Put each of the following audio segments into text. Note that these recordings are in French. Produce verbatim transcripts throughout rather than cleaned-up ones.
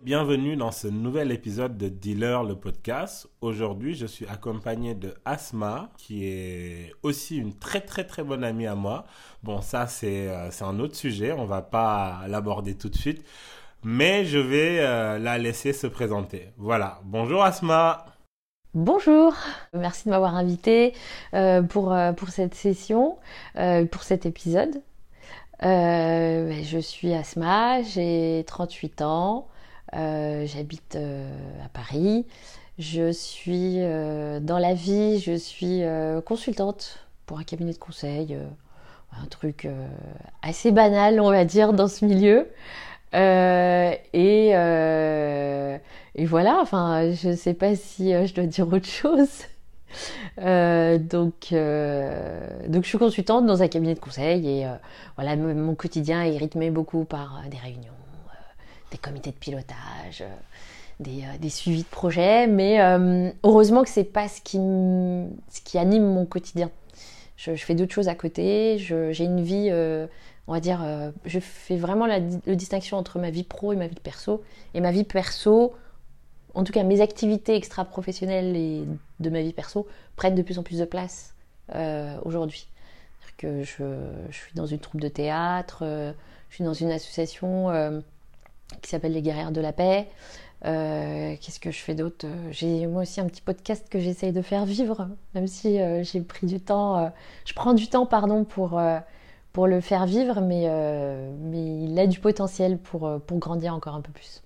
Bienvenue dans ce nouvel épisode de Dealer, le podcast. Aujourd'hui, je suis accompagné de Asma, qui est aussi une très très très bonne amie à moi. Bon, ça c'est, euh, c'est un autre sujet, on va pas l'aborder tout de suite, mais je vais euh, la laisser se présenter. Voilà, bonjour Asma. Bonjour, merci de m'avoir invité euh, pour, euh, pour cette session, euh, pour cet épisode. Euh, ben, je suis Asma, j'ai trente-huit ans, euh, j'habite euh, à Paris. Je suis euh, dans la vie, je suis euh, consultante pour un cabinet de conseil, euh, un truc euh, assez banal on va dire dans ce milieu. Euh, et, euh, et voilà, enfin, je sais pas si euh, je dois dire autre chose. Euh, donc, euh, donc, je suis consultante dans un cabinet de conseil et euh, voilà, m- mon quotidien est rythmé beaucoup par euh, des réunions, euh, des comités de pilotage, euh, des, euh, des suivis de projets. Mais euh, heureusement que c'est pas ce qui, m- ce qui anime mon quotidien. Je, je fais d'autres choses à côté. Je- j'ai une vie, euh, on va dire, euh, je fais vraiment la, di- la distinction entre ma vie pro et ma vie perso. Et ma vie perso, en tout cas mes activités extra-professionnelles et de ma vie perso, prennent de plus en plus de place euh, aujourd'hui. Que je, je suis dans une troupe de théâtre, euh, je suis dans une association euh, qui s'appelle Les Guerrières de la Paix. Euh, qu'est-ce que je fais d'autre? J'ai moi aussi un petit podcast que j'essaye de faire vivre, même si euh, j'ai pris du temps, euh, je prends du temps pardon pour, euh, pour le faire vivre, mais, euh, mais il a du potentiel pour, euh, pour grandir encore un peu plus.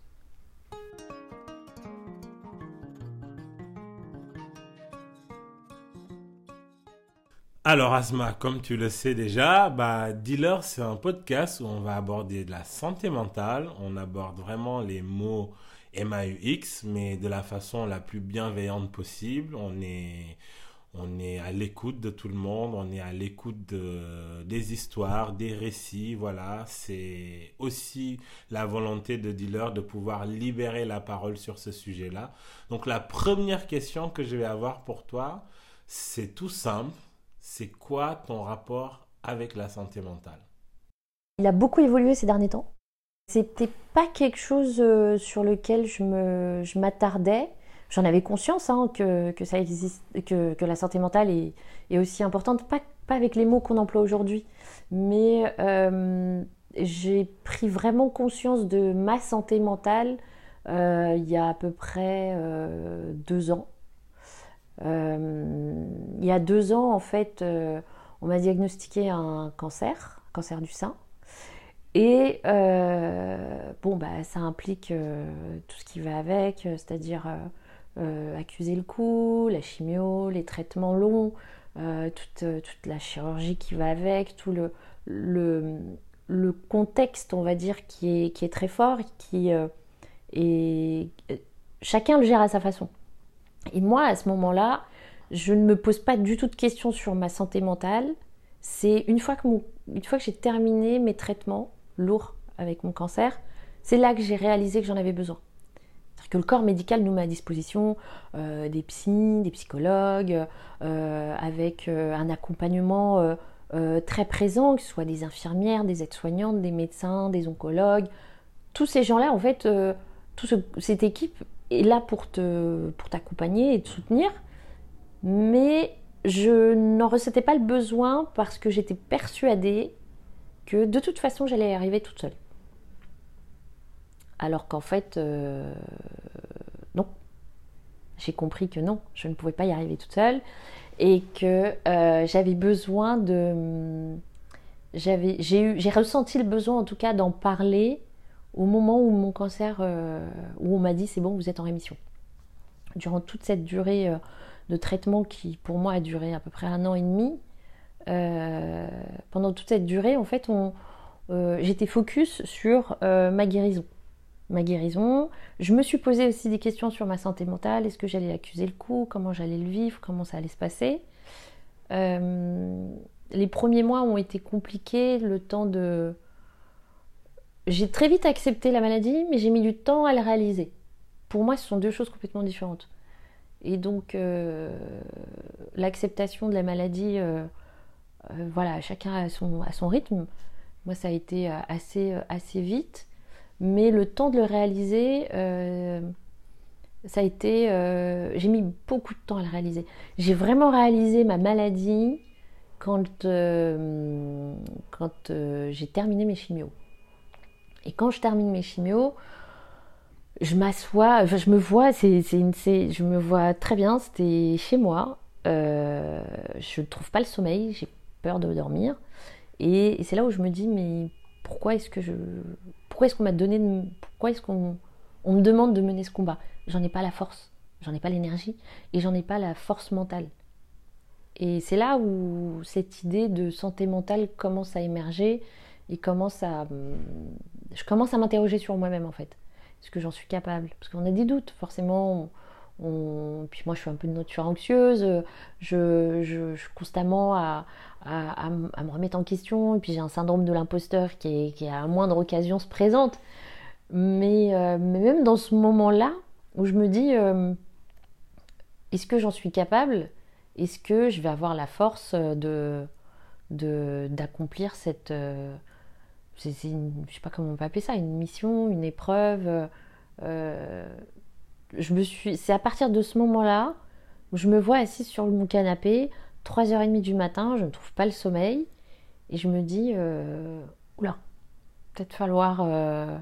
Alors Asma, comme tu le sais déjà, bah, Dealer, c'est un podcast où on va aborder de la santé mentale. On aborde vraiment les mots M A U X, mais de la façon la plus bienveillante possible. On est, on est à l'écoute de tout le monde, on est à l'écoute de, des histoires, des récits. Voilà, c'est aussi la volonté de Dealer de pouvoir libérer la parole sur ce sujet-là. Donc la première question que je vais avoir pour toi, c'est tout simple. C'est quoi ton rapport avec la santé mentale? Il a beaucoup évolué ces derniers temps. C'était pas quelque chose euh, sur lequel je me, je m'attardais. J'en avais conscience hein, que, que ça existe, que, que la santé mentale est, est aussi importante, pas, pas avec les mots qu'on emploie aujourd'hui, mais euh, j'ai pris vraiment conscience de ma santé mentale euh, il y a à peu près euh, deux ans. Euh, il y a deux ans, en fait, euh, on m'a diagnostiqué un cancer, cancer du sein. Et euh, bon, bah, ça implique euh, tout ce qui va avec, c'est-à-dire euh, euh, accuser le coup, la chimio, les traitements longs, euh, toute, euh, toute la chirurgie qui va avec, tout le, le, le contexte, on va dire, qui est, qui est très fort, qui euh, est, chacun le gère à sa façon. Et moi, à ce moment-là, je ne me pose pas du tout de questions sur ma santé mentale. C'est une fois que, mon, une fois que j'ai terminé mes traitements lourds avec mon cancer, c'est là que j'ai réalisé que j'en avais besoin. C'est-à-dire que le corps médical nous met à disposition euh, des psys, des psychologues, euh, avec euh, un accompagnement euh, euh, très présent, que ce soit des infirmières, des aides-soignantes, des médecins, des oncologues. Tous ces gens-là, en fait, euh, toute ce, cette équipe est là pour, te, pour t'accompagner et te soutenir. Mais je n'en ressentais pas le besoin parce que j'étais persuadée que de toute façon j'allais y arriver toute seule. Alors qu'en fait, euh, non. J'ai compris que non, je ne pouvais pas y arriver toute seule et que euh, j'avais besoin de... J'avais, j'ai, eu, j'ai ressenti le besoin en tout cas d'en parler au moment où mon cancer, euh, où on m'a dit c'est bon, vous êtes en rémission. Durant toute cette durée euh, de traitement qui pour moi a duré à peu près un an et demi, euh, pendant toute cette durée, en fait, on, euh, j'étais focus sur euh, ma guérison. Ma guérison. Je me suis posé aussi des questions sur ma santé mentale. Est-ce que j'allais accuser le coup? Comment j'allais le vivre? Comment ça allait se passer? euh, Les premiers mois ont été compliqués. Le temps de... J'ai très vite accepté la maladie, mais j'ai mis du temps à le réaliser. Pour moi, ce sont deux choses complètement différentes. Et donc, euh, l'acceptation de la maladie, euh, euh, voilà, chacun a son, a son rythme. Moi, ça a été assez, assez vite. mais le temps de le réaliser, euh, ça a été... Euh, j'ai mis beaucoup de temps à le réaliser. J'ai vraiment réalisé ma maladie quand, euh, quand euh, j'ai terminé mes chimios. Et quand je termine mes chimios, je m'assois, enfin, je me vois, c'est, c'est une, c'est, je me vois très bien, c'était chez moi. Euh, je ne trouve pas le sommeil, j'ai peur de dormir. Et, et c'est là où je me dis, mais pourquoi est-ce que je, pourquoi est-ce qu'on m'a donné, de, pourquoi est-ce qu'on on me demande de mener ce combat? J'en ai pas la force, j'en ai pas l'énergie et j'en ai pas la force mentale. Et c'est là où cette idée de santé mentale commence à émerger et commence à, je commence à m'interroger sur moi-même en fait. Est-ce que j'en suis capable? Parce qu'on a des doutes, forcément. On, on... Puis moi, je suis un peu de nature anxieuse. Je, je, je suis constamment à, à, à, à me remettre en question. Et puis j'ai un syndrome de l'imposteur qui, est, qui à la moindre occasion se présente. Mais, euh, mais même dans ce moment-là, où je me dis, euh, est-ce que j'en suis capable? Est-ce que je vais avoir la force de, de, d'accomplir cette... Euh, c'est, c'est une, je sais pas comment on peut appeler ça, une mission, une épreuve. Euh, je me suis, c'est à partir de ce moment-là où je me vois assise sur mon canapé, trois heures trente du matin, je ne trouve pas le sommeil, et je me dis, euh, oula, peut-être falloir, euh,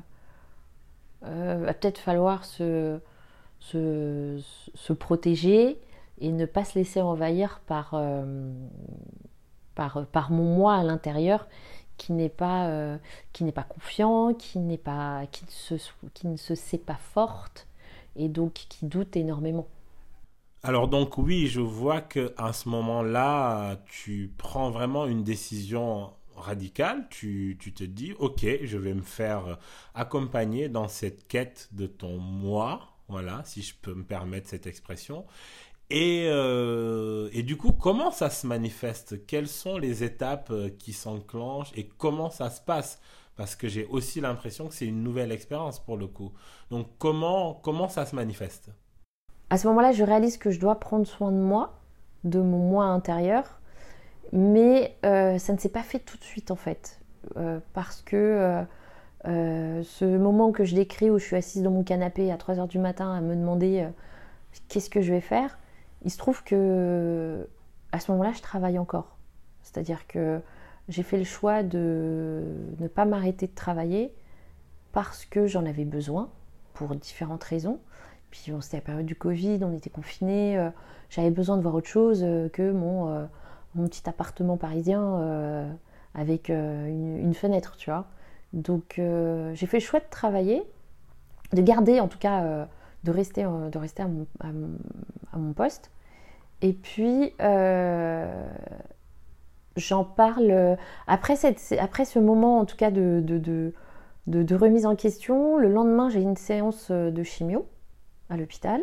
euh, va peut-être falloir se, se, se protéger et ne pas se laisser envahir par, euh, par, par mon moi à l'intérieur qui n'est pas, euh, qui n'est pas confiant, qui, n'est pas, qui, ne se, qui ne se sait pas forte et donc qui doute énormément. Alors donc oui, je vois qu'à ce moment-là, tu prends vraiment une décision radicale. Tu, tu te dis, ok, je vais me faire accompagner dans cette quête de ton moi, voilà, si je peux me permettre cette expression. Et, euh, et du coup, comment ça se manifeste? Quelles sont les étapes euh, qui s'enclenchent et comment ça se passe? Parce que j'ai aussi l'impression que c'est une nouvelle expérience pour le coup. Donc comment, comment ça se manifeste? À ce moment-là, je réalise que je dois prendre soin de moi, de mon moi intérieur, mais euh, ça ne s'est pas fait tout de suite en fait. Euh, parce que euh, euh, ce moment que je décris où je suis assise dans mon canapé à trois heures du matin à me demander euh, qu'est-ce que je vais faire, il se trouve que à ce moment-là, je travaille encore. C'est-à-dire que j'ai fait le choix de ne pas m'arrêter de travailler parce que j'en avais besoin pour différentes raisons. Puis bon, c'était la période du Covid, on était confinés, euh, j'avais besoin de voir autre chose euh, que mon, euh, mon petit appartement parisien euh, avec euh, une, une fenêtre, tu vois. Donc euh, j'ai fait le choix de travailler, de garder en tout cas, euh, de rester, euh, de rester à, mon, à, mon, à mon poste. Et puis euh, j'en parle après, cette, après ce moment en tout cas de, de, de, de, de remise en question. Le lendemain, j'ai une séance de chimio à l'hôpital,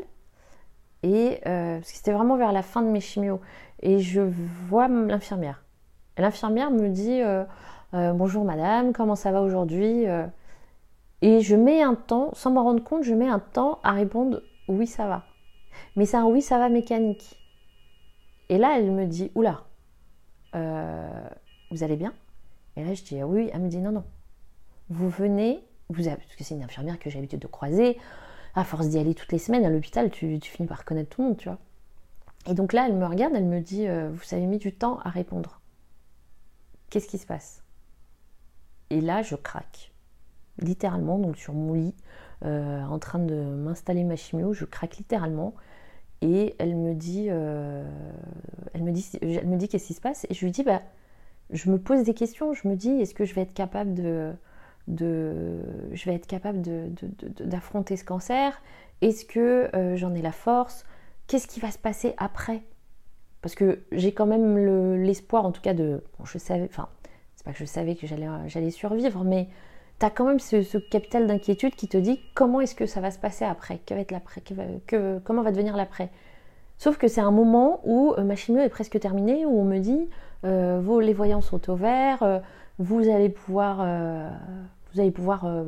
et euh, parce que c'était vraiment vers la fin de mes chimios, et je vois l'infirmière. Et l'infirmière me dit euh, euh, bonjour madame, comment ça va aujourd'hui? Et je mets un temps, sans m'en rendre compte, je mets un temps à répondre oui ça va. Mais c'est un oui ça va mécanique. Et là elle me dit oula, euh, vous allez bien? Et là je dis ah oui. Elle me dit non non, vous venez, vous avez, parce que c'est une infirmière que j'ai l'habitude de croiser. À force d'y aller toutes les semaines à l'hôpital, tu, tu finis par connaître tout le monde, tu vois. Et donc là, elle me regarde, elle me dit euh, vous avez mis du temps à répondre. Qu'est-ce qui se passe? Et là, je craque. Littéralement, donc sur mon lit, euh, en train de m'installer ma chimio, je craque littéralement. Et elle me dit, euh, elle me dit, elle me dit qu'est-ce qui se passe? Et je lui dis, bah, je me pose des questions. Je me dis, est-ce que je vais être capable de De, je vais être capable de, de, de, d'affronter ce cancer? Est-ce que euh, j'en ai la force? Qu'est-ce qui va se passer après? Parce que j'ai quand même le, l'espoir, en tout cas, de... Bon, je savais... Enfin, c'est pas que je savais que j'allais, j'allais survivre, mais t'as quand même ce, ce capital d'inquiétude qui te dit comment est-ce que ça va se passer après? Que va être l'après? Que va, que, comment va devenir l'après? Sauf que c'est un moment où euh, ma chimio est presque terminée, où on me dit euh, vos, les voyants sont au vert, euh, vous allez pouvoir... Euh, vous allez pouvoir euh,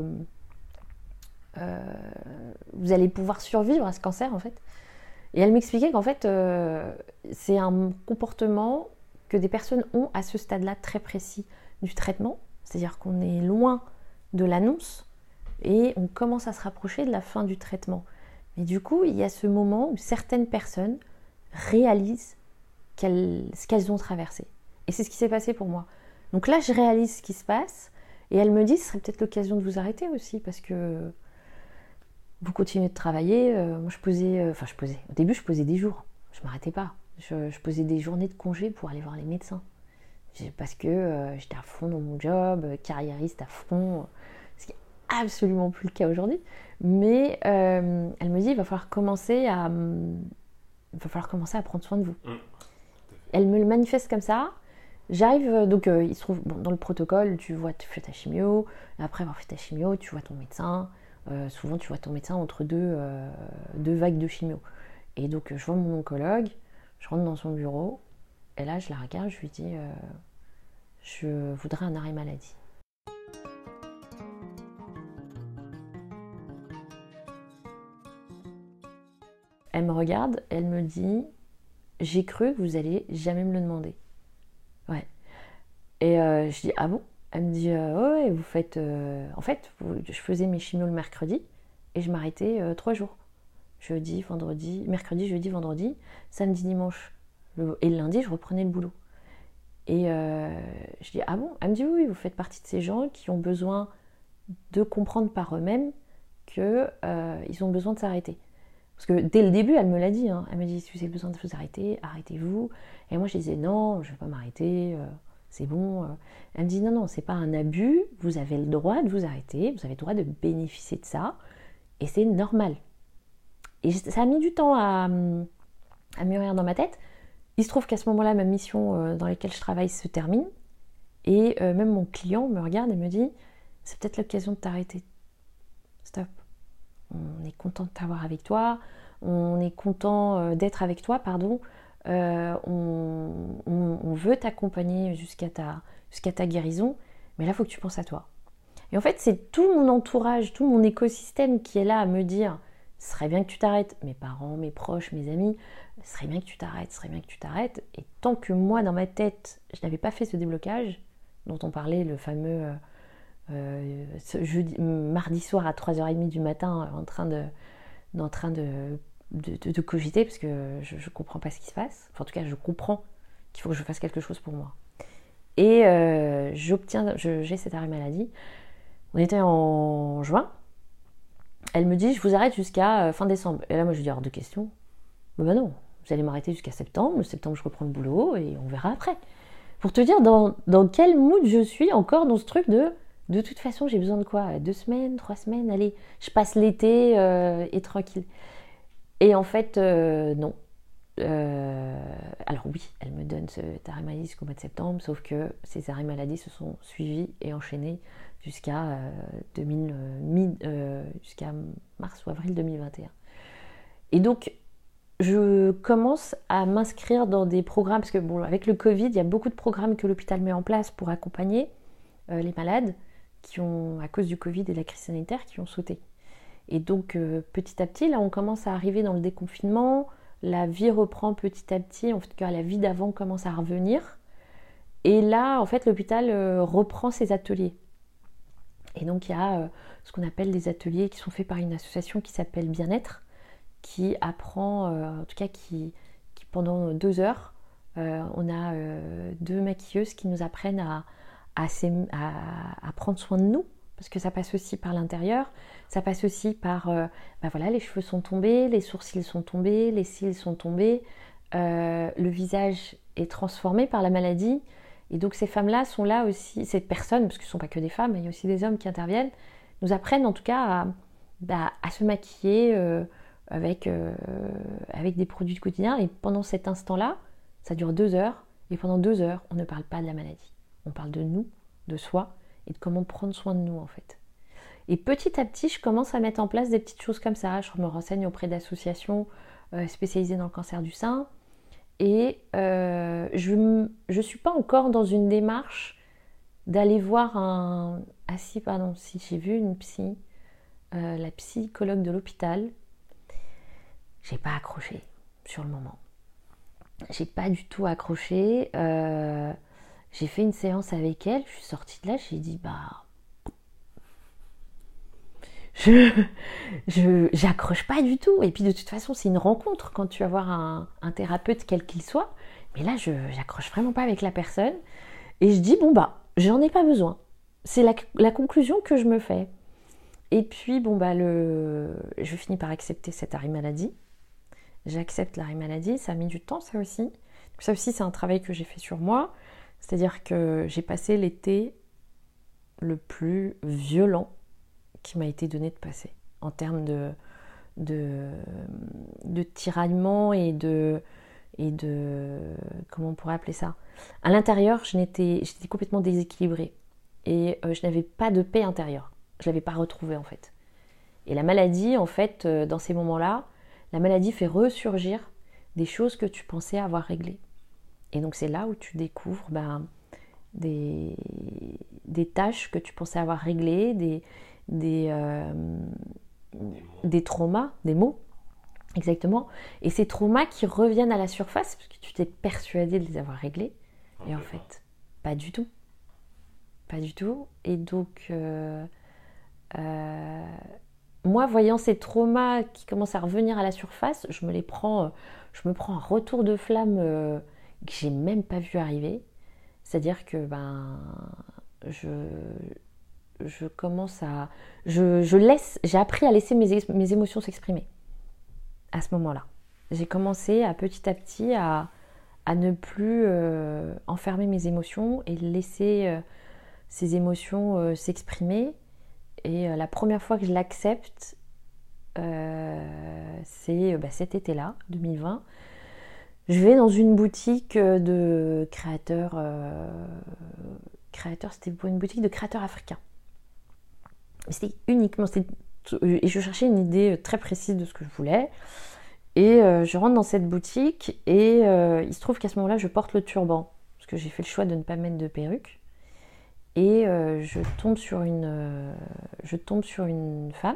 euh, vous allez pouvoir survivre à ce cancer en fait. Et elle m'expliquait qu'en fait euh, c'est un comportement que des personnes ont à ce stade-là très précis du traitement, c'est-à-dire qu'on est loin de l'annonce et on commence à se rapprocher de la fin du traitement. Mais du coup, il y a ce moment où certaines personnes réalisent qu'elles, ce qu'elles ont traversé. Et c'est ce qui s'est passé pour moi. Donc là, je réalise ce qui se passe, et elle me dit, ce serait peut-être l'occasion de vous arrêter aussi, parce que vous continuez de travailler. Euh, moi, je posais, euh, enfin, je posais. Au début, je posais des jours. Je m'arrêtais pas. Je, je posais des journées de congé pour aller voir les médecins. Parce que euh, j'étais à fond dans mon job, carriériste à fond, ce qui n'est absolument plus le cas aujourd'hui. Mais euh, elle me dit, il va falloir commencer à, il va falloir commencer à prendre soin de vous. Mmh. Elle me le manifeste comme ça. J'arrive, donc euh, il se trouve, bon, dans le protocole, tu vois, tu fais ta chimio. Après avoir fait ta chimio, tu vois ton médecin. Euh, souvent, tu vois ton médecin entre deux, euh, deux vagues de chimio. Et donc, je vois mon oncologue, je rentre dans son bureau. Et là, je la regarde, je lui dis euh, je voudrais un arrêt maladie. Elle me regarde, elle me dit j'ai cru que vous alliez jamais me le demander. Ouais. Et euh, je dis ah bon? Elle me dit euh, ouais, vous faites. Euh... En fait, je faisais mes chimios le mercredi et je m'arrêtais euh, trois jours. Jeudi, vendredi, mercredi, jeudi, vendredi, samedi, dimanche. Et le lundi, je reprenais le boulot. Et euh, je dis, ah bon? Elle me dit, oui, vous faites partie de ces gens qui ont besoin de comprendre par eux-mêmes qu'ils euh, ont besoin de s'arrêter. Parce que dès le début, elle me l'a dit. Hein. Elle me dit, si vous avez besoin de vous arrêter, arrêtez-vous. Et moi, je disais, non, je ne vais pas m'arrêter, euh, c'est bon. Elle me dit, non, non, c'est pas un abus. Vous avez le droit de vous arrêter. Vous avez le droit de bénéficier de ça. Et c'est normal. Et ça a mis du temps à, à mûrir dans ma tête. Il se trouve qu'à ce moment-là, ma mission dans laquelle je travaille se termine. Et euh, même mon client me regarde et me dit « C'est peut-être l'occasion de t'arrêter. Stop. On est content de t'avoir avec toi. On est content d'être avec toi, pardon. Euh, on, on, on veut t'accompagner jusqu'à ta, jusqu'à ta guérison. Mais là, il faut que tu penses à toi. » Et en fait, c'est tout mon entourage, tout mon écosystème qui est là à me dire « Ce serait bien que tu t'arrêtes. » Mes parents, mes proches, mes amis, « Ce serait bien que tu t'arrêtes, ce serait bien que tu t'arrêtes. » Et tant que moi, dans ma tête, je n'avais pas fait ce déblocage, dont on parlait, le fameux euh, ce jeudi, mardi soir à trois heures trente du matin, en train de, en train de, de, de, de cogiter, parce que je ne comprends pas ce qui se passe. Enfin, en tout cas, je comprends qu'il faut que je fasse quelque chose pour moi. Et euh, j'obtiens, je, j'ai cet arrêt maladie. On était en juin. Elle me dit, je vous arrête jusqu'à fin décembre. Et là, moi, je lui dis, hors de question. Ben, ben non, vous allez m'arrêter jusqu'à septembre. Le septembre, je reprends le boulot et on verra après. Pour te dire dans, dans quel mood je suis encore dans ce truc de de toute façon, j'ai besoin de quoi? Deux semaines, trois semaines, allez, je passe l'été euh, et tranquille. Et en fait, euh, non. Euh, alors oui, elle me donne cet arrêt maladie jusqu'au mois de septembre, sauf que ces arrêts maladie se sont suivis et enchaînés jusqu'à, euh, deux mille, euh, mi, euh, jusqu'à mars ou avril deux mille vingt et un. Et donc, je commence à m'inscrire dans des programmes, parce que bon, avec le Covid, il y a beaucoup de programmes que l'hôpital met en place pour accompagner euh, les malades qui ont, à cause du Covid et de la crise sanitaire, qui ont sauté. Et donc, euh, petit à petit, là, on commence à arriver dans le déconfinement, la vie reprend petit à petit, en tout cas, la vie d'avant commence à revenir. Et là, en fait, l'hôpital euh, reprend ses ateliers. Et donc, il y a euh, ce qu'on appelle des ateliers qui sont faits par une association qui s'appelle Bien-être, qui apprend, euh, en tout cas, qui, qui pendant deux heures, euh, on a euh, deux maquilleuses qui nous apprennent à À, à, à prendre soin de nous, parce que ça passe aussi par l'intérieur, ça passe aussi par, euh, ben voilà, les cheveux sont tombés, les sourcils sont tombés, les cils sont tombés, euh, le visage est transformé par la maladie, et donc ces femmes-là sont là aussi, ces personnes, parce que ce ne sont pas que des femmes, il y a aussi des hommes qui interviennent, nous apprennent en tout cas à, bah, à se maquiller euh, avec, euh, avec des produits du quotidien, et pendant cet instant-là, ça dure deux heures, et pendant deux heures, on ne parle pas de la maladie. On parle de nous, de soi, et de comment prendre soin de nous, en fait. Et petit à petit, je commence à mettre en place des petites choses comme ça. Je me renseigne auprès d'associations euh, spécialisées dans le cancer du sein. Et euh, je ne suis pas encore dans une démarche d'aller voir un... Ah si, pardon, si, j'ai vu une psy, euh, la psychologue de l'hôpital. J'ai pas accroché sur le moment. J'ai pas du tout accroché. Euh... J'ai fait une séance avec elle, je suis sortie de là, j'ai dit bah... je, je, j'accroche pas du tout. Et puis de toute façon, c'est une rencontre quand tu vas voir un, un thérapeute, quel qu'il soit. Mais là, je j'accroche vraiment pas avec la personne. Et je dis, bon bah, j'en ai pas besoin. C'est la, la conclusion que je me fais. Et puis, bon bah, le, je finis par accepter cet arrêt maladie. J'accepte l'arrêt maladie. Ça a mis du temps, ça aussi. Ça aussi, c'est un travail que j'ai fait sur moi. C'est-à-dire que j'ai passé l'été le plus violent qui m'a été donné de passer en termes de, de, de tiraillement et de, et de... Comment on pourrait appeler ça ? À l'intérieur, je n'étais, j'étais complètement déséquilibrée et euh, je n'avais pas de paix intérieure. Je ne l'avais pas retrouvée en fait. Et la maladie, en fait, euh, dans ces moments-là, la maladie fait ressurgir des choses que tu pensais avoir réglées. Et donc c'est là où tu découvres ben, des, des tâches que tu pensais avoir réglées, des, des, euh, des traumas, des mots, exactement. Et ces traumas qui reviennent à la surface, parce que tu t'es persuadé de les avoir réglés, et en fait, pas du tout. Pas du tout. Et donc, euh, euh, moi, voyant ces traumas qui commencent à revenir à la surface, je me les prends, je me prends un retour de flamme euh, que j'ai même pas vu arriver. C'est-à-dire que ben, je, je commence à, je, je laisse, j'ai appris à laisser mes, mes émotions s'exprimer. À ce moment-là, j'ai commencé à petit à petit à, à ne plus euh, enfermer mes émotions et laisser euh, ces émotions euh, s'exprimer. Et euh, la première fois que je l'accepte, euh, c'est bah, cet été-là, deux mille vingt. Je vais dans une boutique de créateurs, euh, créateurs, c'était pour une boutique de créateurs africains. C'était uniquement, c'était, et je cherchais une idée très précise de ce que je voulais. Et euh, je rentre dans cette boutique et euh, il se trouve qu'à ce moment-là, je porte le turban parce que j'ai fait le choix de ne pas mettre de perruque. Et euh, je tombe sur une, euh, je tombe sur une femme.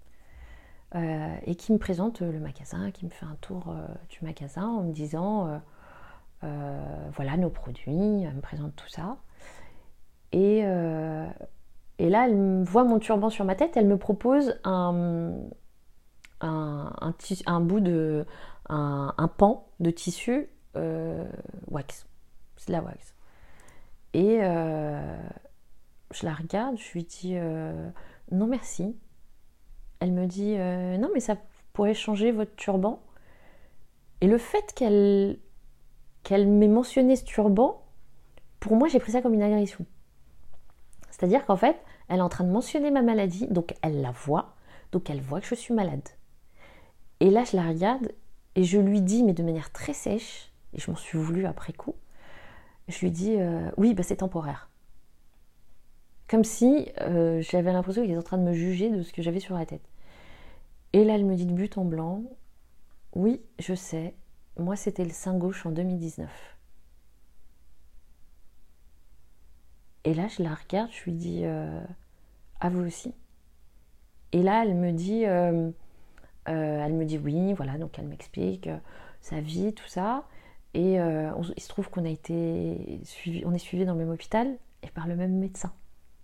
Euh, et qui me présente le magasin, qui me fait un tour euh, du magasin en me disant euh, euh, voilà nos produits, elle me présente tout ça. Et, euh, et là, elle me voit mon turban sur ma tête, elle me propose un, un, un, tis, un bout de. un, un pan de tissu euh, wax. C'est de la wax. Et euh, je la regarde, je lui dis euh, non merci. Elle me dit euh, non mais ça pourrait changer votre turban. Et le fait qu'elle qu'elle m'ait mentionné ce turban, pour moi j'ai pris ça comme une agression. C'est-à-dire qu'en fait elle est en train de mentionner ma maladie, donc elle la voit, donc elle voit que je suis malade. Et là je la regarde et je lui dis, mais de manière très sèche, et je m'en suis voulu après coup, je lui dis euh, oui bah c'est temporaire. Comme si euh, j'avais l'impression qu'elle était en train de me juger de ce que j'avais sur la tête. Et là, elle me dit de but en blanc, oui, je sais, moi c'était le sein gauche en deux mille dix-neuf. Et là, je la regarde, je lui dis, euh, à vous aussi. Et là, elle me dit, euh, euh, elle me dit oui, voilà, donc elle m'explique euh, sa vie, tout ça. Et euh, on, il se trouve qu'on a été suivi, on est suivi dans le même hôpital et par le même médecin.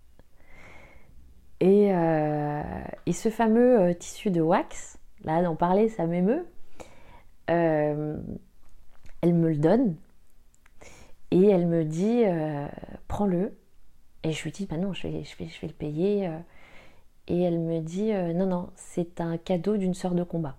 Et, euh, et ce fameux euh, tissu de wax, là d'en parler ça m'émeut, euh, elle me le donne et elle me dit euh, prends-le. Et je lui dis bah non, je vais, je vais, je vais le payer. euh. Et elle me dit euh, non, non, c'est un cadeau d'une sœur de combat.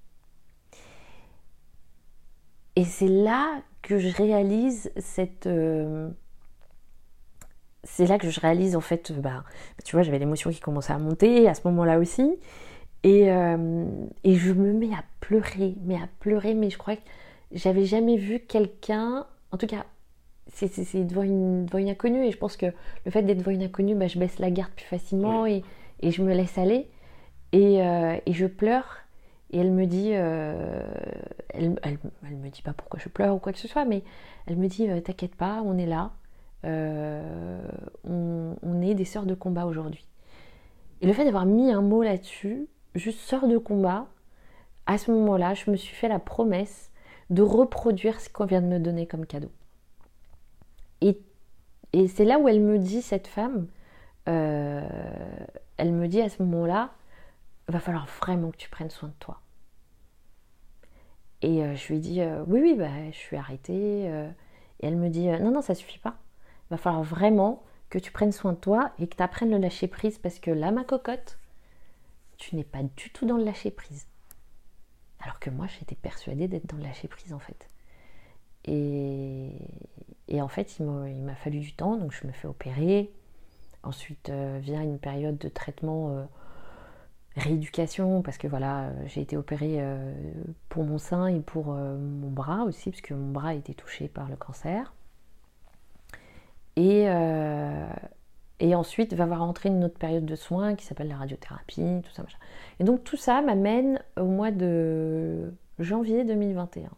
Et c'est là que je réalise cette. Euh, c'est là que je réalise en fait, bah, tu vois, j'avais l'émotion qui commençait à monter à ce moment-là aussi. Et, euh, et je me mets à pleurer, mais à pleurer, mais je crois que j'avais jamais vu quelqu'un, en tout cas, c'est, c'est, c'est devant, une, devant une inconnue, et je pense que le fait d'être devant une inconnue, bah, je baisse la garde plus facilement, oui. et, et je me laisse aller, et, euh, et je pleure, et elle me dit, euh, elle, elle, elle me dit pas pourquoi je pleure ou quoi que ce soit, mais elle me dit, euh, t'inquiète pas, on est là, euh, on, on est des sœurs de combat aujourd'hui. Et le fait d'avoir mis un mot là-dessus, juste sœurs de combat, à ce moment-là, je me suis fait la promesse de reproduire ce qu'on vient de me donner comme cadeau. Et, et c'est là où elle me dit, cette femme, euh, elle me dit à ce moment-là, il va falloir vraiment que tu prennes soin de toi. Et euh, je lui dis, euh, oui, oui, bah, je suis arrêtée. Euh, et elle me dit, euh, non, non, ça suffit pas. Il va falloir vraiment que tu prennes soin de toi et que tu apprennes le lâcher prise parce que là, ma cocotte, tu n'es pas du tout dans le lâcher prise. Alors que moi, j'étais persuadée d'être dans le lâcher prise en fait. Et, et en fait, il m'a, il m'a fallu du temps, donc je me fais opérer. Ensuite euh, vient une période de traitement euh, rééducation, parce que voilà, j'ai été opérée euh, pour mon sein et pour euh, mon bras aussi, parce que mon bras a été touché par le cancer. Et, euh, et ensuite va voir rentrer une autre période de soins qui s'appelle la radiothérapie, tout ça, machin. Et donc tout ça m'amène au mois de janvier deux mille vingt et un.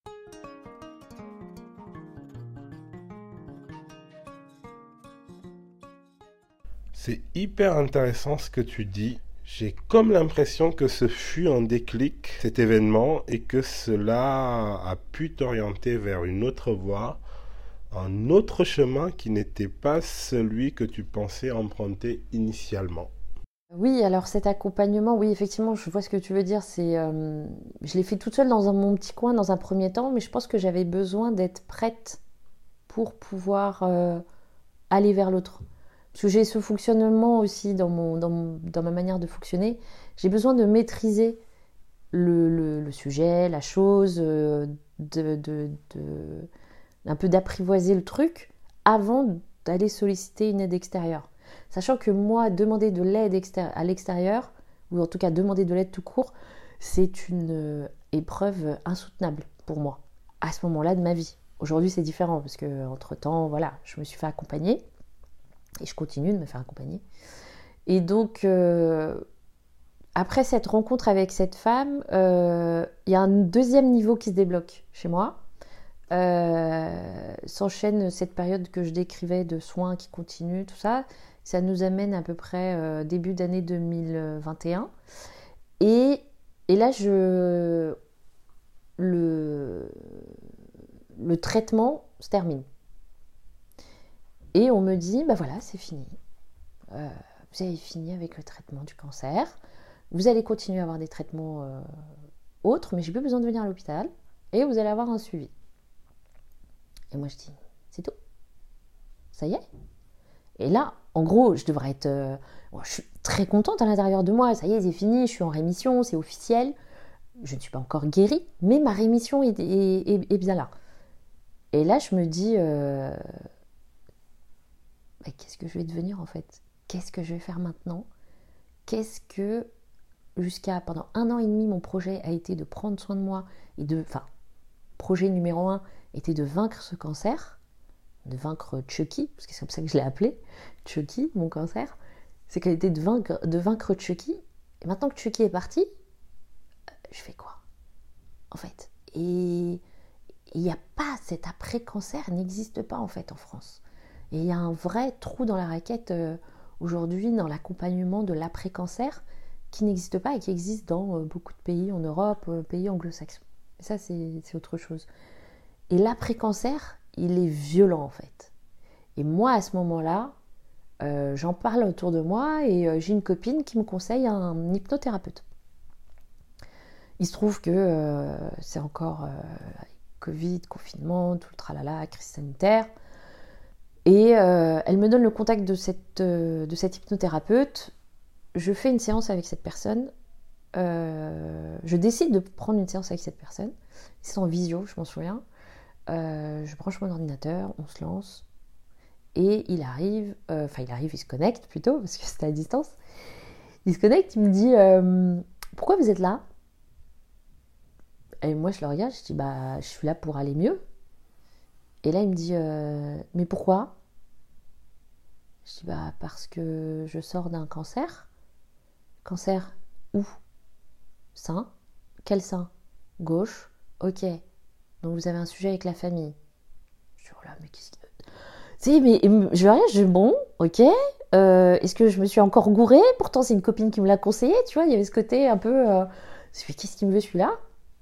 C'est hyper intéressant ce que tu dis. J'ai comme l'impression que ce fut un déclic, cet événement, et que cela a pu t'orienter vers une autre voie, un autre chemin qui n'était pas celui que tu pensais emprunter initialement. Oui, alors cet accompagnement, oui, effectivement, je vois ce que tu veux dire. C'est, euh, je l'ai fait toute seule dans un, mon petit coin dans un premier temps, mais je pense que j'avais besoin d'être prête pour pouvoir euh, aller vers l'autre. Parce que j'ai ce fonctionnement aussi dans, mon, dans, mon, dans ma manière de fonctionner. J'ai besoin de maîtriser le, le, le sujet, la chose, euh, de, de, de, un peu d'apprivoiser le truc avant d'aller solliciter une aide extérieure. Sachant que moi, demander de l'aide extérie- à l'extérieur, ou en tout cas demander de l'aide tout court, c'est une épreuve insoutenable pour moi, à ce moment-là de ma vie. Aujourd'hui, c'est différent, parce qu'entre-temps, voilà, je me suis fait accompagner. Et je continue de me faire accompagner. Et donc, euh, après cette rencontre avec cette femme, il euh, y a un deuxième niveau qui se débloque chez moi. Euh, s'enchaîne cette période que je décrivais de soins qui continuent, tout ça. Ça nous amène à peu près euh, début d'année deux mille vingt et un. Et, et là, je, le, le traitement se termine. Et on me dit, bah voilà, c'est fini. Euh, vous avez fini avec le traitement du cancer. Vous allez continuer à avoir des traitements euh, autres, mais j'ai plus besoin de venir à l'hôpital. Et vous allez avoir un suivi. Et moi, je dis, c'est tout. Ça y est. Et là, en gros, je devrais être... Euh, bon, je suis très contente à l'intérieur de moi. Ça y est, c'est fini. Je suis en rémission, c'est officiel. Je ne suis pas encore guérie, mais ma rémission est, est, est, est bien là. Et là, je me dis... Euh, Mais qu'est-ce que je vais devenir en fait? Qu'est-ce que je vais faire maintenant? Qu'est-ce que, jusqu'à pendant un an et demi, mon projet a été de prendre soin de moi et de, enfin, projet numéro un était de vaincre ce cancer, de vaincre Chucky, parce que c'est comme ça que je l'ai appelé, Chucky, mon cancer, c'est qu'elle était de vaincre, de vaincre Chucky. Et maintenant que Chucky est parti, je fais quoi en fait? Et il n'y a pas, cet après-cancer n'existe pas en fait en France. Et il y a un vrai trou dans la raquette euh, aujourd'hui dans l'accompagnement de l'après-cancer qui n'existe pas et qui existe dans euh, beaucoup de pays en Europe, euh, pays anglo-saxons. Et ça, c'est, c'est autre chose. Et l'après-cancer, il est violent en fait. Et moi, à ce moment-là, euh, j'en parle autour de moi et euh, j'ai une copine qui me conseille un hypnothérapeute. Il se trouve que euh, c'est encore euh, Covid, confinement, tout le tralala, crise sanitaire. Et euh, elle me donne le contact de cette, euh, de cette hypnothérapeute. Je fais une séance avec cette personne. Euh, je décide de prendre une séance avec cette personne. C'est en visio, je m'en souviens. Euh, je branche mon ordinateur, on se lance. Et il arrive, euh, enfin il arrive, il se connecte plutôt, parce que c'était à distance. Il se connecte, il me dit euh, « Pourquoi vous êtes là ?» Et moi je le regarde, je dis « Bah je suis là pour aller mieux. » Et là il me dit euh, « Mais pourquoi ?» Je dis « Bah parce que je sors d'un cancer. » Cancer où? Sein. Quel sein? Gauche. Ok. Donc vous avez un sujet avec la famille. Je dis « Oh là, mais qu'est-ce que... » Tu sais, mais je vais rien, je dis « Bon, ok. Euh, est-ce que je me suis encore gourée? Pourtant c'est une copine qui me l'a conseillé, tu vois. Il y avait ce côté un peu... Euh, je me dis « Qu'est-ce qu'il me veut celui-là ?»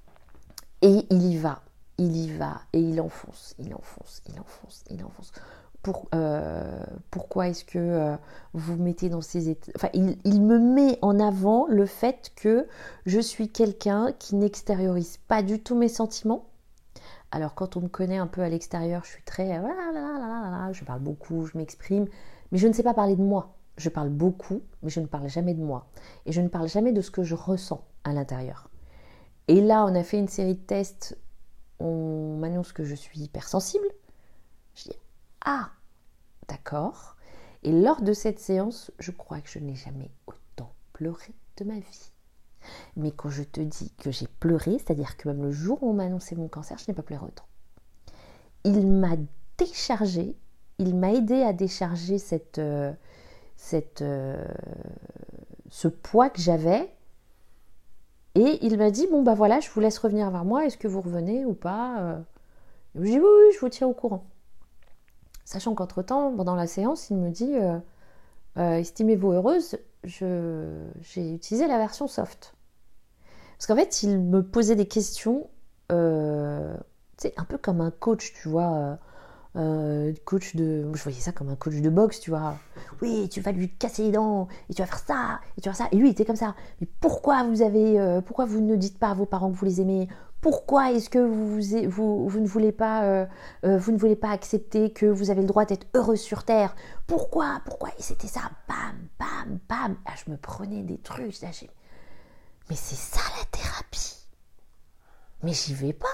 Et il y va. Il y va. Et il enfonce. Il enfonce. Il enfonce. Il enfonce. pour, euh, pourquoi est-ce que euh, vous vous mettez dans ces états... Enfin, il, il me met en avant le fait que je suis quelqu'un qui n'extériorise pas du tout mes sentiments. Alors, quand on me connaît un peu à l'extérieur, je suis très... Je parle beaucoup, je m'exprime, mais je ne sais pas parler de moi. Je parle beaucoup, mais je ne parle jamais de moi. Et je ne parle jamais de ce que je ressens à l'intérieur. Et là, on a fait une série de tests. On m'annonce que je suis hypersensible. Je dis, ah, d'accord. Et lors de cette séance, je crois que je n'ai jamais autant pleuré de ma vie. Mais quand je te dis que j'ai pleuré, c'est-à-dire que même le jour où on m'a annoncé mon cancer, je n'ai pas pleuré autant. Il m'a déchargé, il m'a aidé à décharger cette, euh, cette, euh, ce poids que j'avais. Et il m'a dit, bon bah voilà, je vous laisse revenir vers moi, est-ce que vous revenez ou pas? Je dis, oui, oui, je vous tiens au courant. Sachant qu'entre-temps, pendant la séance, il me dit, euh, euh, estimez-vous heureuse, je, j'ai utilisé la version soft. Parce qu'en fait, il me posait des questions, euh, tu sais, un peu comme un coach, tu vois, euh, euh, coach de... Je voyais ça comme un coach de boxe, tu vois. Oui, tu vas lui casser les dents, et tu vas faire ça, et tu vas faire ça. Et lui, il était comme ça. Mais pourquoi vous avez, euh, pourquoi vous ne dites pas à vos parents que vous les aimez? Pourquoi est-ce que vous, vous, vous, ne voulez pas, euh, euh, vous ne voulez pas accepter que vous avez le droit d'être heureux sur Terre? Pourquoi? Pourquoi? Et c'était ça, bam, bam, bam. Ah, je me prenais des trucs, là, j'ai... Mais c'est ça la thérapie. Mais j'y vais pas.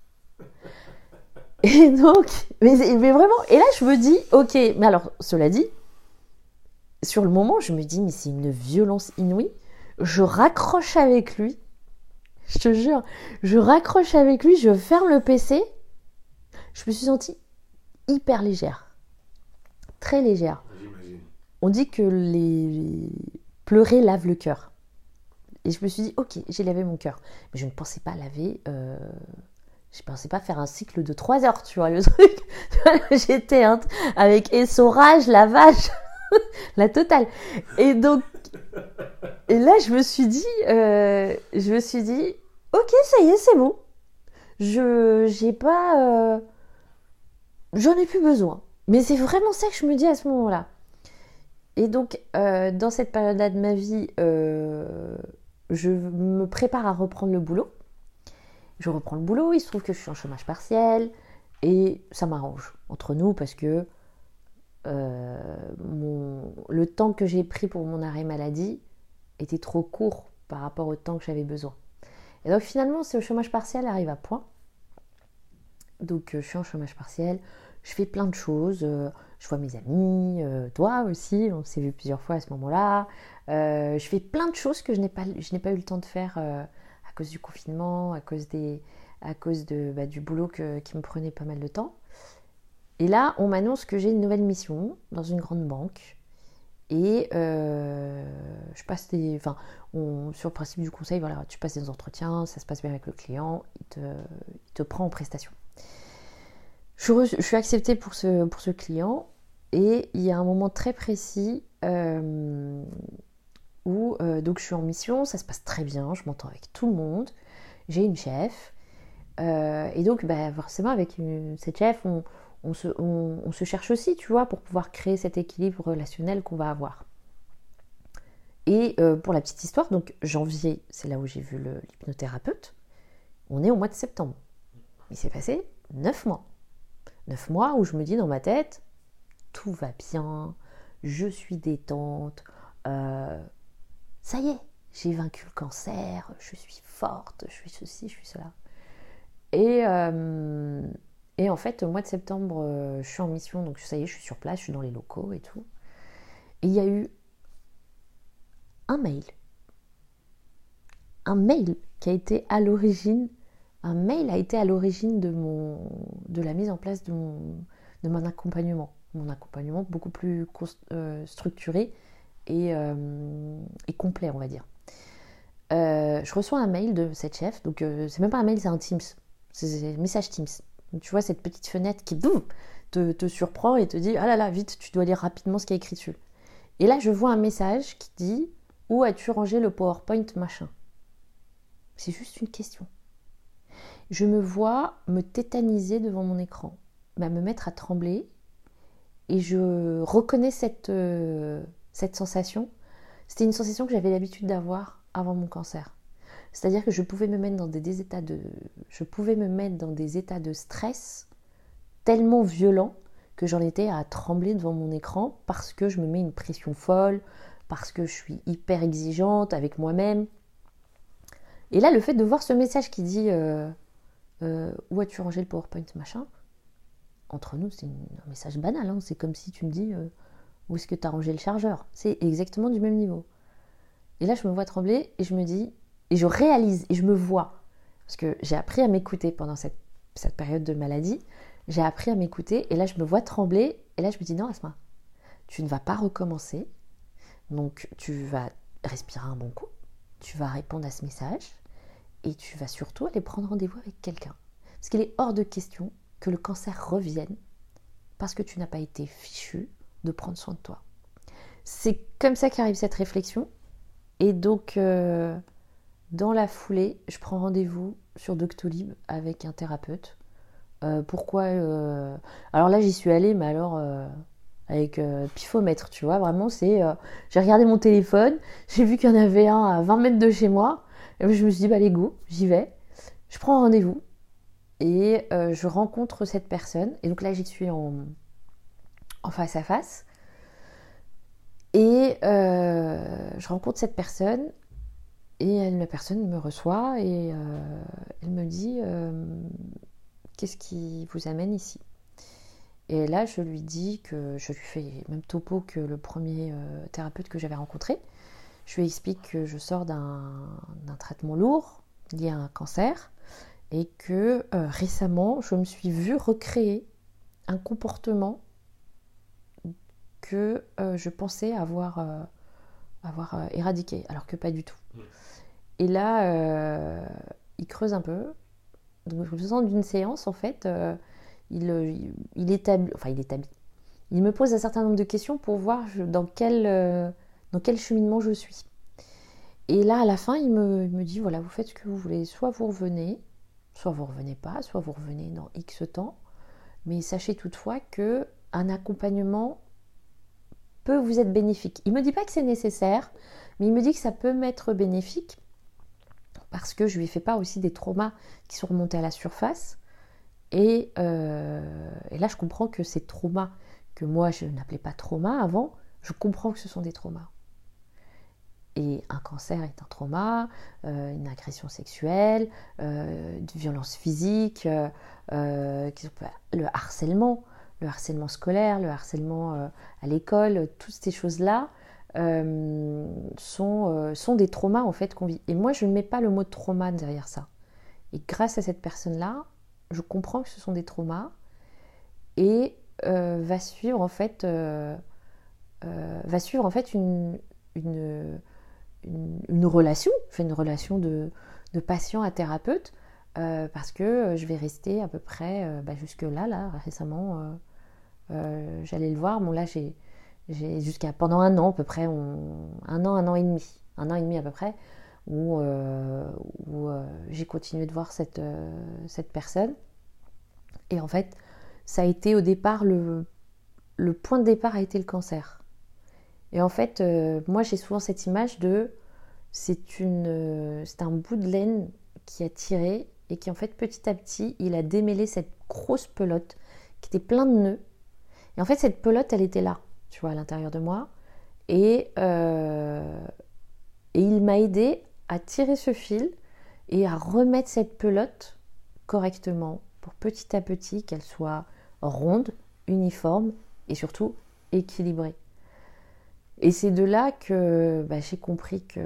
Et donc, mais, mais vraiment, et là je me dis, ok, mais alors, cela dit, sur le moment, je me dis, mais c'est une violence inouïe. Je raccroche avec lui, je te jure, je raccroche avec lui, je ferme le P C, je me suis sentie hyper légère, très légère. J'imagine. On dit que les pleurer lave le cœur. Et je me suis dit, ok, j'ai lavé mon cœur. Mais je ne pensais pas laver... Euh... Je ne pensais pas faire un cycle de trois heures, tu vois, le truc. J'étais hein, avec essorage, lavage, la totale. Et donc... Et là, je me suis dit... Euh... Je me suis dit, ok, ça y est, c'est bon. Je... J'ai pas... Euh... J'en ai plus besoin. Mais c'est vraiment ça que je me dis à ce moment-là. Et donc, euh, dans cette période-là de ma vie... Euh... Je me prépare à reprendre le boulot. Je reprends le boulot, il se trouve que je suis en chômage partiel et ça m'arrange entre nous parce que euh, mon, le temps que j'ai pris pour mon arrêt maladie était trop court par rapport au temps que j'avais besoin. Et donc finalement, ce chômage partiel arrive à point. Donc euh, je suis en chômage partiel, je fais plein de choses, euh, je vois mes amis, euh, toi aussi, on s'est vu plusieurs fois à ce moment-là. Euh, je fais plein de choses que je n'ai pas, je n'ai pas eu le temps de faire euh, à cause du confinement, à cause, des, à cause de, bah, du boulot que, qui me prenait pas mal de temps. Et là, on m'annonce que j'ai une nouvelle mission dans une grande banque. Et euh, je passe des... Enfin, on, sur le principe du conseil, voilà, tu passes des entretiens, ça se passe bien avec le client, il te, il te prend en prestation. Je, re, je suis acceptée pour ce, pour ce client et il y a un moment très précis... Euh, où euh, donc je suis en mission, ça se passe très bien, je m'entends avec tout le monde, j'ai une chef, euh, et donc bah, forcément avec une, cette chef, on, on, se, on, on se cherche aussi, tu vois, pour pouvoir créer cet équilibre relationnel qu'on va avoir. Et euh, pour la petite histoire, donc janvier, c'est là où j'ai vu le, l'hypnothérapeute, on est au mois de septembre. Il s'est passé neuf mois. neuf mois où je me dis dans ma tête, tout va bien, je suis détente, euh, ça y est, j'ai vaincu le cancer, je suis forte, je suis ceci, je suis cela. Et, euh, et en fait, au mois de septembre, euh, je suis en mission, donc ça y est, je suis sur place, je suis dans les locaux et tout. Et il y a eu un mail. Un mail qui a été à l'origine, un mail a été à l'origine de, mon, de la mise en place de mon, de mon accompagnement. Mon accompagnement beaucoup plus euh, structuré et, euh, et complet, on va dire. Euh, je reçois un mail de cette chef, donc euh, c'est même pas un mail, c'est un Teams, c'est, c'est un message Teams. Donc, tu vois cette petite fenêtre qui boum, te, te surprend et te dit ah là là, vite, tu dois lire rapidement ce qui est écrit dessus. Et là, je vois un message qui dit où as-tu rangé le PowerPoint machin? C'est juste une question. Je me vois me tétaniser devant mon écran, bah, me mettre à trembler et je reconnais cette, euh, cette sensation. C'était une sensation que j'avais l'habitude d'avoir avant mon cancer. C'est-à-dire que je pouvais me mettre dans des, des états de, je pouvais me mettre dans des états de stress tellement violents que j'en étais à trembler devant mon écran parce que je me mets une pression folle, parce que je suis hyper exigeante avec moi-même. Et là, le fait de voir ce message qui dit euh, euh, où as-tu rangé le PowerPoint, machin, entre nous, c'est une, un message banal. Hein. C'est comme si tu me dis euh, où est-ce que tu as rangé le chargeur. C'est exactement du même niveau. Et là, je me vois trembler et je me dis, et je réalise, et je me vois, parce que j'ai appris à m'écouter pendant cette, cette période de maladie, j'ai appris à m'écouter, et là, je me vois trembler, et là, je me dis, non, Asma, tu ne vas pas recommencer, donc tu vas respirer un bon coup, tu vas répondre à ce message, et tu vas surtout aller prendre rendez-vous avec quelqu'un. Parce qu'il est hors de question que le cancer revienne, parce que tu n'as pas été fichu de prendre soin de toi. C'est comme ça qu'arrive cette réflexion, et donc... Euh, Dans la foulée, je prends rendez-vous sur Doctolib avec un thérapeute. Euh, pourquoi euh... Alors là, j'y suis allée, mais alors euh, avec euh, pifomètre, tu vois. Vraiment, c'est. Euh... J'ai regardé mon téléphone, j'ai vu qu'il y en avait un à vingt mètres de chez moi. Et je me suis dit, bah, allez, go, j'y vais. Je prends rendez-vous et euh, je rencontre cette personne. Et donc là, j'y suis en, en face à face. Et euh, je rencontre cette personne. Et elle, la personne me reçoit et euh, elle me dit euh, qu'est-ce qui vous amène ici? Et là, je lui dis que je lui fais même topo que le premier euh, thérapeute que j'avais rencontré. Je lui explique que je sors d'un, d'un traitement lourd lié à un cancer et que euh, récemment, je me suis vue recréer un comportement que euh, je pensais avoir, euh, avoir euh, éradiqué, alors que pas du tout. Mmh. Et là, euh, il creuse un peu. Donc, je me sens d'une séance, en fait, euh, il, il, il établit, enfin, il établit. Il me pose un certain nombre de questions pour voir dans quel, euh, dans quel cheminement je suis. Et là, à la fin, il me, il me dit, voilà, vous faites ce que vous voulez. Soit vous revenez, soit vous revenez pas, soit vous revenez dans X temps. Mais sachez toutefois qu'un accompagnement peut vous être bénéfique. Il ne me dit pas que c'est nécessaire, mais il me dit que ça peut m'être bénéfique parce que je lui ai fait part aussi des traumas qui sont remontés à la surface. Et, euh, et là, je comprends que ces traumas, que moi je n'appelais pas traumas avant, je comprends que ce sont des traumas. Et un cancer est un trauma, euh, une agression sexuelle, euh, une violence physique, euh, euh, le harcèlement, le harcèlement scolaire, le harcèlement euh, à l'école, toutes ces choses-là euh, sont, euh, sont des traumas en fait qu'on vit. Et moi, je ne mets pas le mot trauma derrière ça. Et grâce à cette personne-là, je comprends que ce sont des traumas et euh, va suivre en fait, euh, euh, va suivre en fait une, une, une, une relation, je fais une relation de, de patient à thérapeute euh, parce que je vais rester à peu près euh, bah, jusque là, là récemment, euh, euh, j'allais le voir. Bon là j'ai, j'ai jusqu'à pendant un an à peu près, on, un an, un an et demi, un an et demi à peu près. où, euh, où euh, j'ai continué de voir cette, euh, cette personne. Et en fait, ça a été au départ, le, le point de départ a été le cancer. Et en fait, euh, moi j'ai souvent cette image de, c'est, une, euh, c'est un bout de laine qui a tiré et qui en fait petit à petit, il a démêlé cette grosse pelote qui était plein de nœuds. Et en fait, cette pelote, elle était là, tu vois, à l'intérieur de moi. Et, euh, et il m'a aidé à tirer ce fil et à remettre cette pelote correctement pour petit à petit qu'elle soit ronde, uniforme et surtout équilibrée. Et c'est de là que bah, j'ai compris que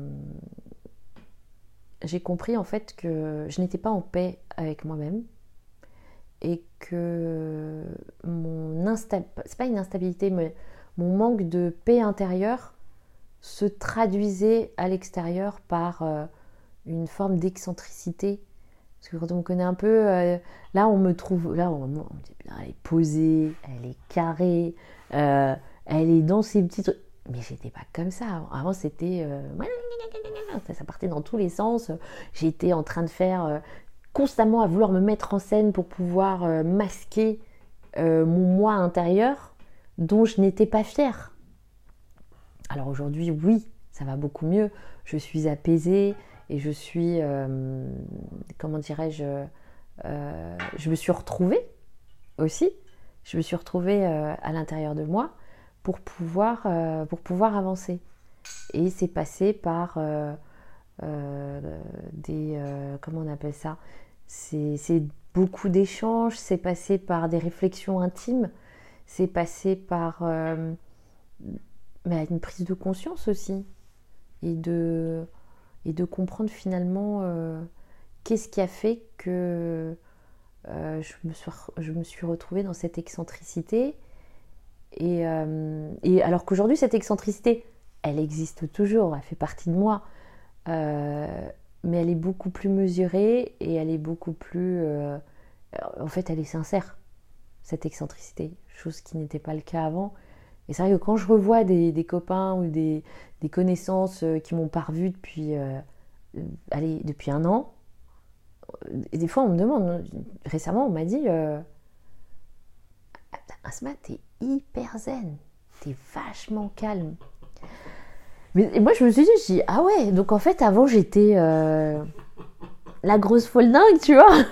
j'ai compris en fait que je n'étais pas en paix avec moi-même et que mon instabilité, c'est pas une instabilité, mais mon manque de paix intérieure se traduisait à l'extérieur par euh, une forme d'excentricité. Parce que quand on me connaît un peu, euh, là on me trouve, là on, on me dit, elle est posée, elle est carrée, euh, elle est dans ses petits trucs. Mais j'étais pas comme ça. Avant c'était, euh, ça partait dans tous les sens. J'étais en train de faire euh, constamment à vouloir me mettre en scène pour pouvoir euh, masquer euh, mon moi intérieur. dont je n'étais pas fière. Alors aujourd'hui, oui, ça va beaucoup mieux. Je suis apaisée et je suis, euh, comment dirais-je, euh, je me suis retrouvée aussi. Je me suis retrouvée euh, à l'intérieur de moi pour pouvoir, euh, pour pouvoir avancer. Et c'est passé par euh, euh, des, euh, comment on appelle ça, c'est, c'est beaucoup d'échanges, c'est passé par des réflexions intimes, c'est passé par euh, mais une prise de conscience aussi, et de, et de comprendre finalement euh, qu'est-ce qui a fait que euh, je, me suis, je me suis retrouvée dans cette excentricité. Et, euh, et alors qu'aujourd'hui, cette excentricité, elle existe toujours, elle fait partie de moi, euh, mais elle est beaucoup plus mesurée et elle est beaucoup plus... Euh, en fait, elle est sincère, cette excentricité, chose qui n'était pas le cas avant. Et c'est vrai que quand je revois des, des copains ou des, des connaissances qui m'ont pas revue depuis, euh, allez, depuis un an, et des fois on me demande, récemment on m'a dit euh, Asma, t'es hyper zen, t'es vachement calme. Mais et moi je me suis dit, je dis, ah ouais, donc en fait avant j'étais euh, la grosse folle dingue, tu vois.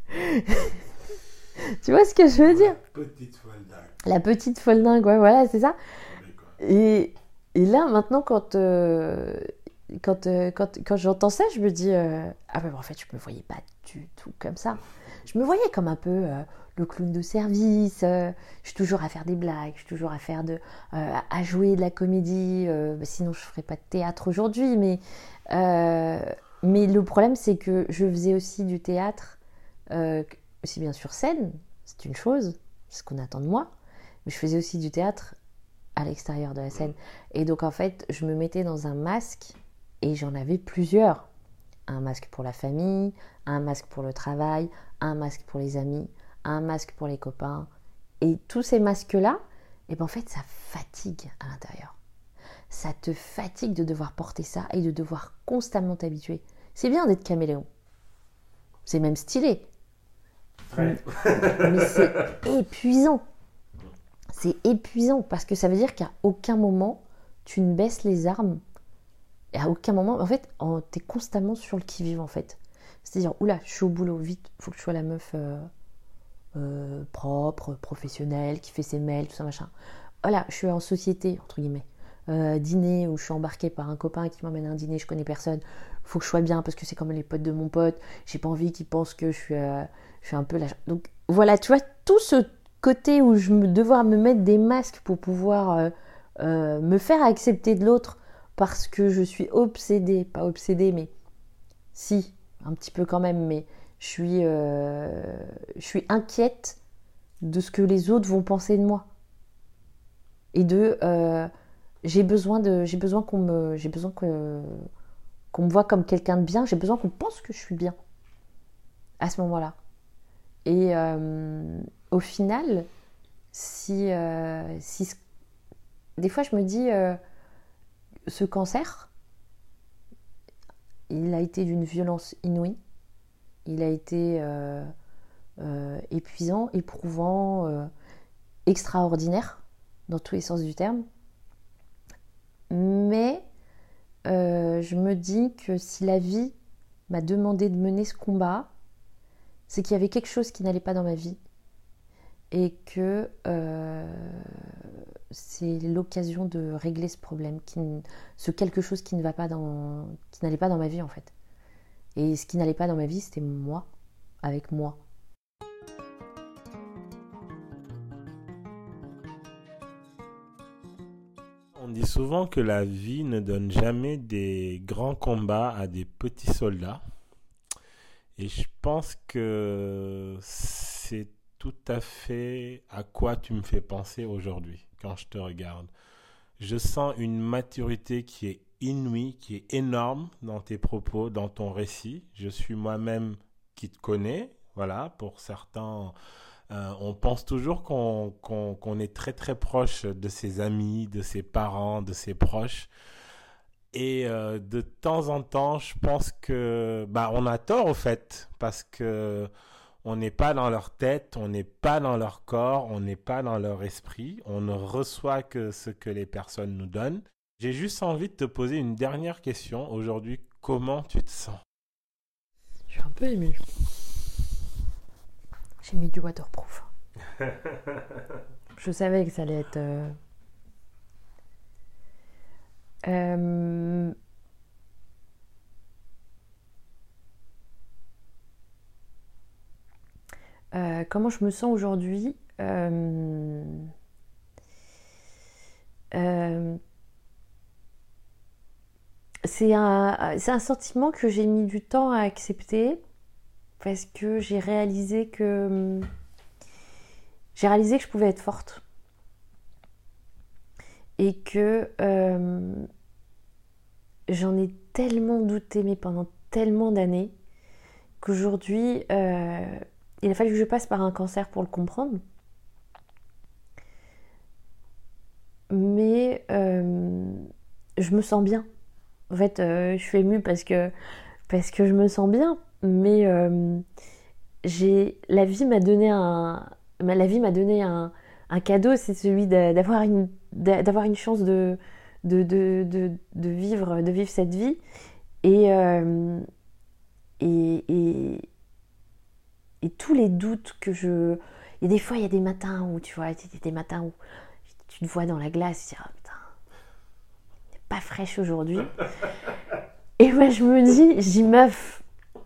Tu vois ce que je veux dire? La petite folle dingue. La petite folle dingue, ouais, voilà, c'est ça. Et, et là, maintenant, quand, euh, quand, euh, quand, quand j'entends ça, je me dis, euh, ah ben en fait, je me voyais pas du tout comme ça. Je me voyais comme un peu euh, le clown de service. Euh, je suis toujours à faire des blagues, je suis toujours à faire de, euh, à jouer de la comédie. Euh, bah, sinon, je ferais pas de théâtre aujourd'hui. Mais, euh, mais le problème, c'est que je faisais aussi du théâtre, euh, aussi bien sur scène, c'est une chose, c'est ce qu'on attend de moi. Mais je faisais aussi du théâtre à l'extérieur de la scène. Et donc, en fait, je me mettais dans un masque et j'en avais plusieurs. Un masque pour la famille, un masque pour le travail, un masque pour les amis, un masque pour les copains. Et tous ces masques-là, et ben en fait, ça fatigue à l'intérieur. Ça te fatigue de devoir porter ça et de devoir constamment t'habituer. C'est bien d'être caméléon. C'est même stylé. Ouais. Mais c'est épuisant. C'est épuisant parce que ça veut dire qu'à aucun moment, tu ne baisses les armes. Et à aucun moment, en fait, tu es constamment sur le qui-vive, en fait. C'est-à-dire, oula, je suis au boulot, vite, il faut que je sois la meuf euh, euh, propre, professionnelle, qui fait ses mails, tout ça, machin. Voilà, je suis en société, entre guillemets. Euh, dîner, où je suis embarquée par un copain qui m'emmène à un dîner, je connais personne. Il faut que je sois bien parce que c'est comme les potes de mon pote. J'ai pas envie qu'ils pensent que je suis, euh, je suis un peu la... Donc, voilà, tu vois, tout ce côté où je me devoir me mettre des masques pour pouvoir euh, euh, me faire accepter de l'autre parce que je suis obsédée, pas obsédée, mais si, un petit peu quand même, mais je suis, euh, je suis inquiète de ce que les autres vont penser de moi. Et de, euh, j'ai besoin de, j'ai besoin qu'on me, j'ai besoin que, qu'on me voit comme quelqu'un de bien, j'ai besoin qu'on pense que je suis bien à ce moment-là. Et euh, au final, si, euh, si, des fois je me dis, euh, ce cancer, il a été d'une violence inouïe, il a été euh, euh, épuisant, éprouvant, euh, extraordinaire, dans tous les sens du terme. Mais euh, je me dis que si la vie m'a demandé de mener ce combat, c'est qu'il y avait quelque chose qui n'allait pas dans ma vie et que euh, c'est l'occasion de régler ce problème, qui, ce quelque chose qui ne va pas dans, qui n'allait pas dans ma vie en fait. Et ce qui n'allait pas dans ma vie, c'était moi, avec moi. On dit souvent que la vie ne donne jamais des grands combats à des petits soldats. Et je pense que c'est tout à fait à quoi tu me fais penser aujourd'hui quand je te regarde. Je sens une maturité qui est inouïe, qui est énorme dans tes propos, dans ton récit. Je suis moi-même qui te connais. Voilà, pour certains, euh, on pense toujours qu'on, qu'on, qu'on est très très proche de ses amis, de ses parents, de ses proches. Et euh, de temps en temps, je pense que bah, on a tort au fait, parce que On n'est pas dans leur tête, on n'est pas dans leur corps, on n'est pas dans leur esprit. On ne reçoit que ce que les personnes nous donnent. J'ai juste envie de te poser une dernière question. Aujourd'hui, comment tu te sens? Je suis un peu émue. J'ai mis du waterproof. Je savais que ça allait être... Euh... Euh... Euh, comment je me sens aujourd'hui? euh... Euh... C'est un, c'est un sentiment que j'ai mis du temps à accepter parce que j'ai réalisé que j'ai réalisé que je pouvais être forte et que euh, j'en ai tellement douté mais pendant tellement d'années qu'aujourd'hui euh, il a fallu que je passe par un cancer pour le comprendre. Mais euh, je me sens bien. En fait, euh, je suis émue parce que, parce que je me sens bien. Mais euh, j'ai, la vie m'a donné un, la vie m'a donné un, un cadeau, c'est celui d'avoir une, d'avoir une chance de, de, de, de, de, vivre, de vivre cette vie. Et, euh, et, et, et tous les doutes que je... Et des fois, il y a des matins où, tu vois, il y a des matins où tu te vois dans la glace, tu te dis, oh, putain, t'es pas fraîche aujourd'hui. Et moi, je me dis, je dis, meuf,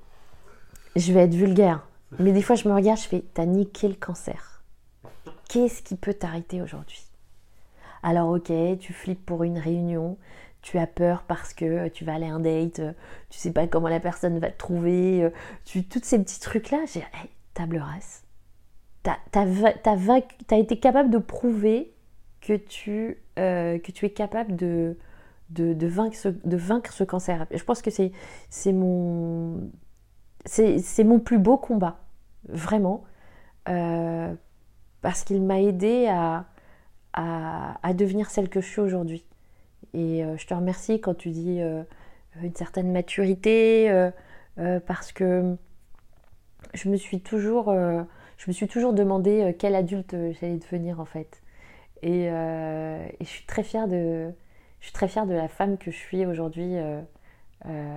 je vais être vulgaire. Mais des fois, je me regarde, je fais, t'as niqué le cancer. Qu'est-ce qui peut t'arrêter aujourd'hui? Alors, ok, tu flippes pour une réunion, tu as peur parce que tu vas aller à un date, tu sais pas comment la personne va te trouver, tu, tous ces petits trucs-là, j'ai dit, hey, table rase. T'as, t'as, t'as, vaincu, t'as été capable de prouver que tu, euh, que tu es capable de, de, de, vaincre, ce, de vaincre ce cancer. Je pense que c'est, c'est, mon, c'est, c'est mon plus beau combat, vraiment, euh, parce qu'il m'a aidé à, à, à devenir celle que je suis aujourd'hui. Et euh, je te remercie quand tu dis euh, une certaine maturité, euh, euh, parce que je me suis toujours, euh, je me suis toujours demandé euh, quel adulte j'allais devenir en fait. Et, euh, et je suis très fière de, je suis très fière de la femme que je suis aujourd'hui, euh, euh,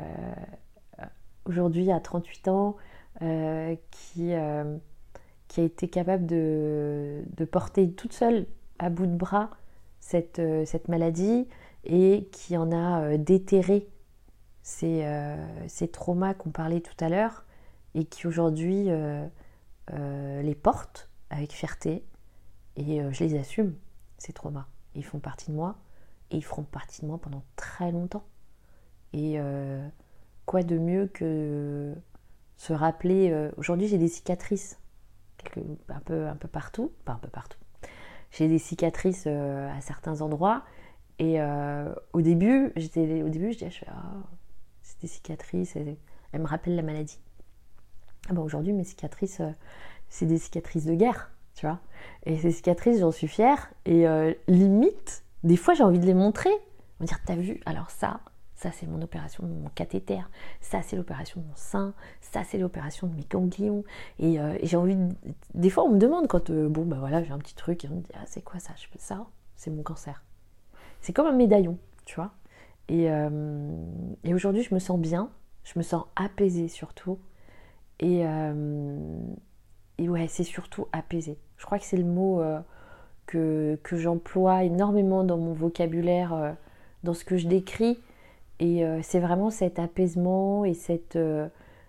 aujourd'hui à trente-huit ans, euh, qui, euh, qui a été capable de, de porter toute seule à bout de bras cette, euh, cette maladie et qui en a euh, déterré ces, euh, ces traumas qu'on parlait tout à l'heure et qui aujourd'hui euh, euh, les porte avec fierté et euh, je les assume, ces traumas. Ils font partie de moi et ils feront partie de moi pendant très longtemps. Et euh, quoi de mieux que se rappeler... Euh, aujourd'hui, j'ai des cicatrices quelques, un, peu, un peu partout, pas un peu partout. J'ai des cicatrices euh, à certains endroits et euh, au début, j'étais, au début, je disais, je fais, oh, c'est des cicatrices, elles, elles me rappellent la maladie. Ah ben aujourd'hui, mes cicatrices, euh, c'est des cicatrices de guerre, tu vois. Et ces cicatrices, j'en suis fière. Et euh, limite, des fois, j'ai envie de les montrer. On va dire, t'as vu, alors ça, ça c'est mon opération de mon cathéter, ça c'est l'opération de mon sein, ça c'est l'opération de mes ganglions. Et, euh, et j'ai envie de... Des fois, on me demande quand, euh, bon, bah voilà, j'ai un petit truc, et on me dit, ah, c'est quoi ça? Je fais ça, c'est mon cancer. C'est comme un médaillon, tu vois. Et, euh, et aujourd'hui, je me sens bien, je me sens apaisée surtout. Et, euh, et ouais, c'est surtout apaisé. Je crois que c'est le mot euh, que, que j'emploie énormément dans mon vocabulaire, euh, dans ce que je décris. Et euh, c'est vraiment cet apaisement et cette, euh,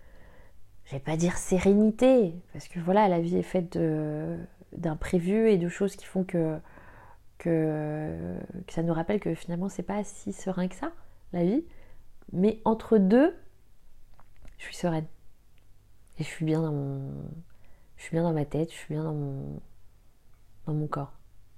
je vais pas dire sérénité, parce que voilà, la vie est faite de, d'imprévus et de choses qui font que, que, que ça nous rappelle que finalement c'est pas si serein que ça, la vie. Mais entre deux, je suis sereine. Et je suis bien dans mon... Je suis bien dans ma tête, je suis bien dans mon... dans mon corps.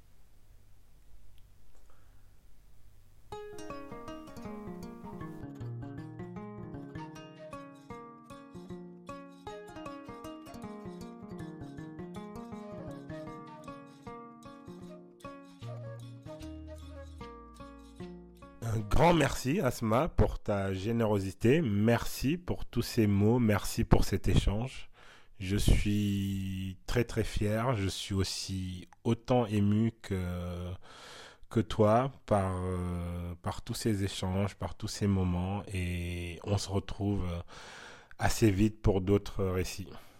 Un grand merci, Asma, pour ta générosité. Merci pour tous ces mots. Merci pour cet échange. Je suis très très fier, je suis aussi autant ému que, que toi par, euh, par tous ces échanges, par tous ces moments et on se retrouve assez vite pour d'autres récits.